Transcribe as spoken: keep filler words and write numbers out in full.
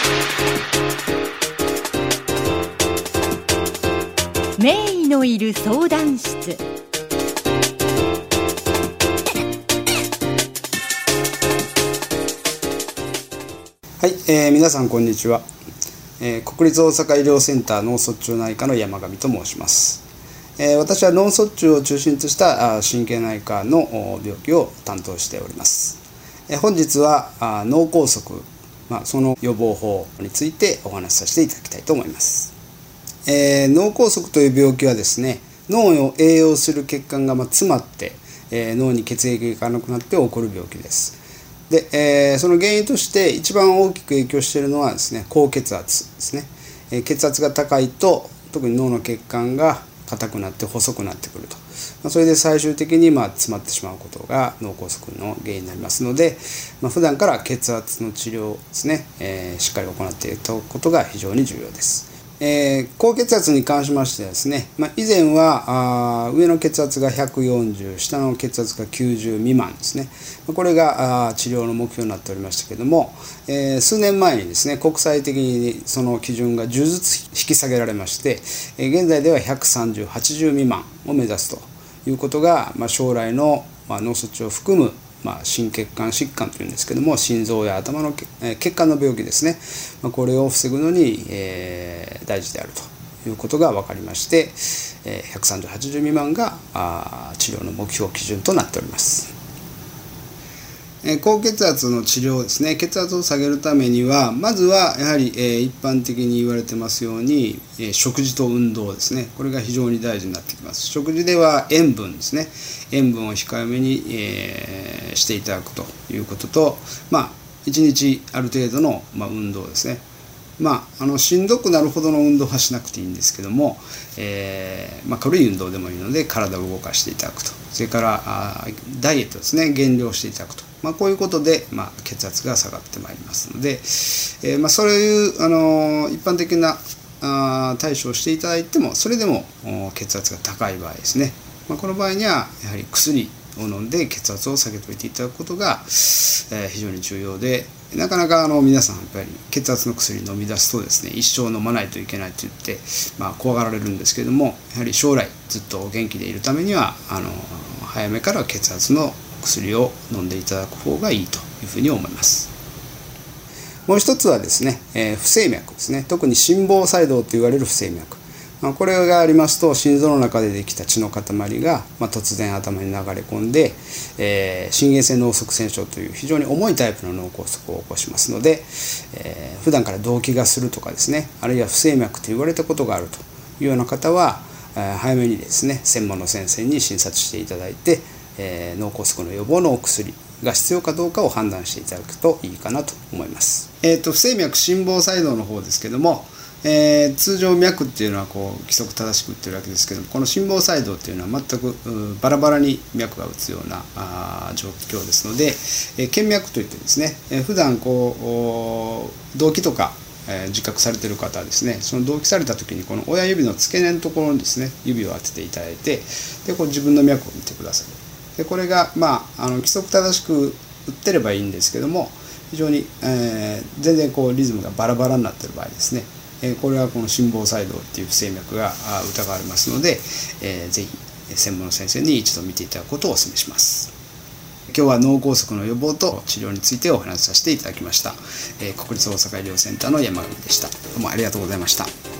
名医のいる相談室。 はい、えー、皆さんこんにちは、えー、国立大阪医療センター脳卒中内科の山上と申します。えー、私は脳卒中を中心とした神経内科の病気を担当しております。えー、本日はあ脳梗塞、まあ、その予防法についてお話しさせていただきたいと思います。えー、脳梗塞という病気はですね、脳を栄養する血管がまあ詰まって、えー、脳に血液がいかなくなって起こる病気です。で、えー、その原因として一番大きく影響しているのはですね、高血圧ですね。えー、血圧が高いと特に脳の血管が硬くなって細くなってくると、まあ、それで最終的にまあ詰まってしまうことが脳梗塞の原因になりますので、まあ、普段から血圧の治療をですね、えー、しっかり行っていくことが非常に重要です。えー、高血圧に関しましてですね、まあ、以前はあ上の血圧がひゃくよんじゅう、下の血圧がきゅうじゅう未満ですね、これがあ治療の目標になっておりましたけれども、えー、数年前にですね、国際的にその基準がじゅうずつ引き下げられまして、えー、現在ではひゃくさんじゅう、はちじゅう未満を目指すということが、まあ、将来の、まあ、脳卒中を含むまあ、心血管疾患というんですけども、心臓や頭の血管の病気ですね、まあ、これを防ぐのに、えー、大事であるということが分かりまして、えー、ひゃくさんじゅう、はちじゅう未満があ治療の目標基準となっております。えー、高血圧の治療ですね、血圧を下げるためにはまずはやはり、えー、一般的に言われてますように、えー、食事と運動ですね、これが非常に大事になってきます。食事では塩分ですね、塩分を控えめに、えー、していただくということと、まあ、いちにちある程度の、まあ、運動ですね。まあ、あのしんどくなるほどの運動はしなくていいんですけども、えーまあ、軽い運動でもいいので体を動かしていただくと、それからあダイエットですね、減量していただくと、まあ、こういうことで、まあ、血圧が下がってまいりますので、えーまあ、そういう、あのー、一般的なあ対処をしていただいても、それでも血圧が高い場合ですね、まあ、この場合にはやはり薬を飲んで血圧を下げておいていただくことが、えー、非常に重要で、なかなかあの皆さんやっぱり血圧の薬飲み出すとですね、一生飲まないといけないと言って、まあ、怖がられるんですけれども、やはり将来ずっと元気でいるためにはあの早めから血圧の薬を飲んでいただく方がいいというふうに思います。もう一つはですね、えー、不整脈ですね。特に心房細動と言われる不整脈、まあ、これがありますと心臓の中でできた血の塊が、まあ、突然頭に流れ込んで、えー、心原性脳塞栓症という非常に重いタイプの脳梗塞を起こしますので、えー、普段から動悸がするとかですね、あるいは不整脈と言われたことがあるというような方は、えー、早めにですね、専門の先生に診察していただいて、えー、脳梗塞の予防のお薬が必要かどうかを判断していただくといいかなと思います。えーと、不整脈心房細動の方ですけども、えー、通常脈っていうのはこう規則正しく打ってるわけですけども、この心房細動っていうのは全くバラバラに脈が打つようなあ状況ですので、えー、検脈といってですね、えー、普段こう動悸とか、えー、自覚されている方はですね、その動悸された時にこの親指の付け根のところにですね、指を当てていただいて、でこう自分の脈を見てください。でこれが、まあ、あの規則正しく打ってればいいんですけども、非常に、えー、全然こうリズムがバラバラになっている場合ですね、えー、これはこの心房細動っていう不整脈が疑われますので、えー、ぜひ専門の先生に一度見ていただくことをお勧めします。今日は脳梗塞の予防と治療についてお話しさせていただきました。えー、国立大阪医療センターの山上でした。どうもありがとうございました。